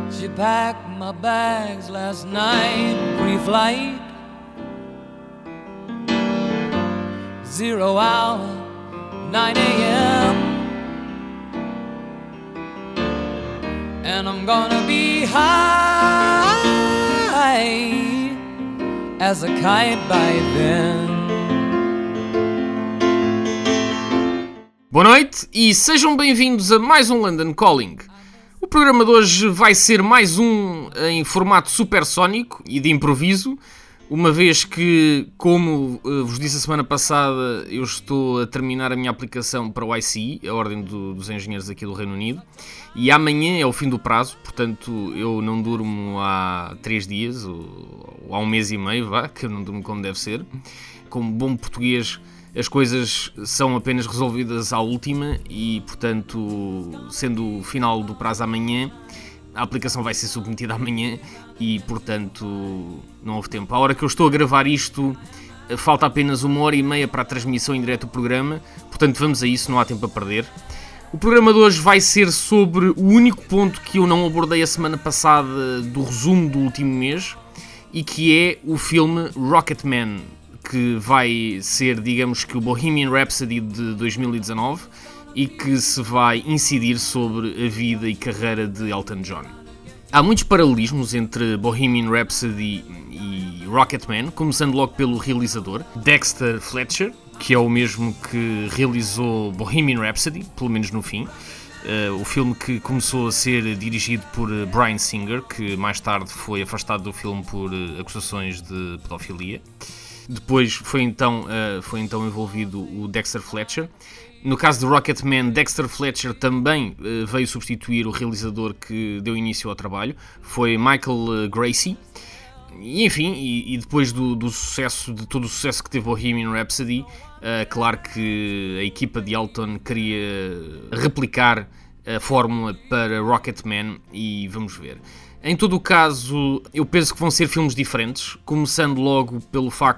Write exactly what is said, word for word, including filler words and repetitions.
She packed my bags last night, pre-flight, zero hour, nine a.m. And I'm gonna be high as a kite by then. Boa noite e sejam bem-vindos a mais um London Calling. O programa de hoje vai ser mais um em formato supersónico e de improviso, uma vez que, como vos disse a semana passada, eu estou a terminar a minha aplicação para o I C E, a Ordem do, dos Engenheiros aqui do Reino Unido, e amanhã é o fim do prazo, portanto eu não durmo há três dias, ou, ou há um mês e meio, vá, que eu não durmo como deve ser. Como bom português, as coisas são apenas resolvidas à última e, portanto, sendo o final do prazo amanhã, a aplicação vai ser submetida amanhã e, portanto, não houve tempo. À hora que eu estou a gravar isto, falta apenas uma hora e meia para a transmissão em direto do programa, portanto, vamos a isso, não há tempo a perder. O programa de hoje vai ser sobre o único ponto que eu não abordei a semana passada do resumo do último mês e que é o filme Rocketman, que vai ser, digamos que, o Bohemian Rhapsody de dois mil e dezanove e que se vai incidir sobre a vida e carreira de Elton John. Há muitos paralelismos entre Bohemian Rhapsody e Rocketman, começando logo pelo realizador, Dexter Fletcher, que é o mesmo que realizou Bohemian Rhapsody, pelo menos no fim. Uh, o filme que começou a ser dirigido por Bryan Singer, que mais tarde foi afastado do filme por acusações de pedofilia. Depois foi então, uh, foi então envolvido o Dexter Fletcher. No caso de Rocketman, Dexter Fletcher também uh, veio substituir o realizador que deu início ao trabalho. Foi Michael Gracey. E, enfim, e, e depois do, do sucesso, de todo o sucesso que teve Bohemian Rhapsody, uh, claro que a equipa de Elton queria replicar a fórmula para Rocketman e vamos ver. Em todo o caso, eu penso que vão ser filmes diferentes, começando logo pelo facto